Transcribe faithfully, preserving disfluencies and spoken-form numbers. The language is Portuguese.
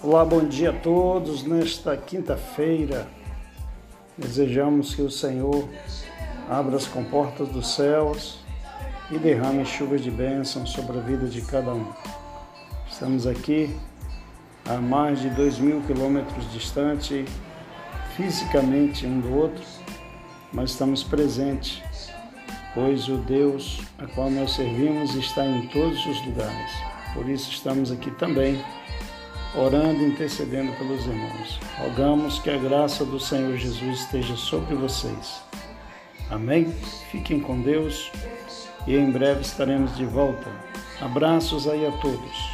Olá, bom dia a todos. Nesta quinta-feira, desejamos que o Senhor abra as comportas dos céus e derrame chuvas de bênção sobre a vida de cada um. Estamos aqui a mais de dois mil quilômetros distante, fisicamente um do outro, mas estamos presentes, pois o Deus a qual nós servimos está em todos os lugares. Por isso estamos aqui também, orando e intercedendo pelos irmãos. Rogamos que a graça do Senhor Jesus esteja sobre vocês. Amém? Fiquem com Deus e em breve estaremos de volta. Abraços aí a todos.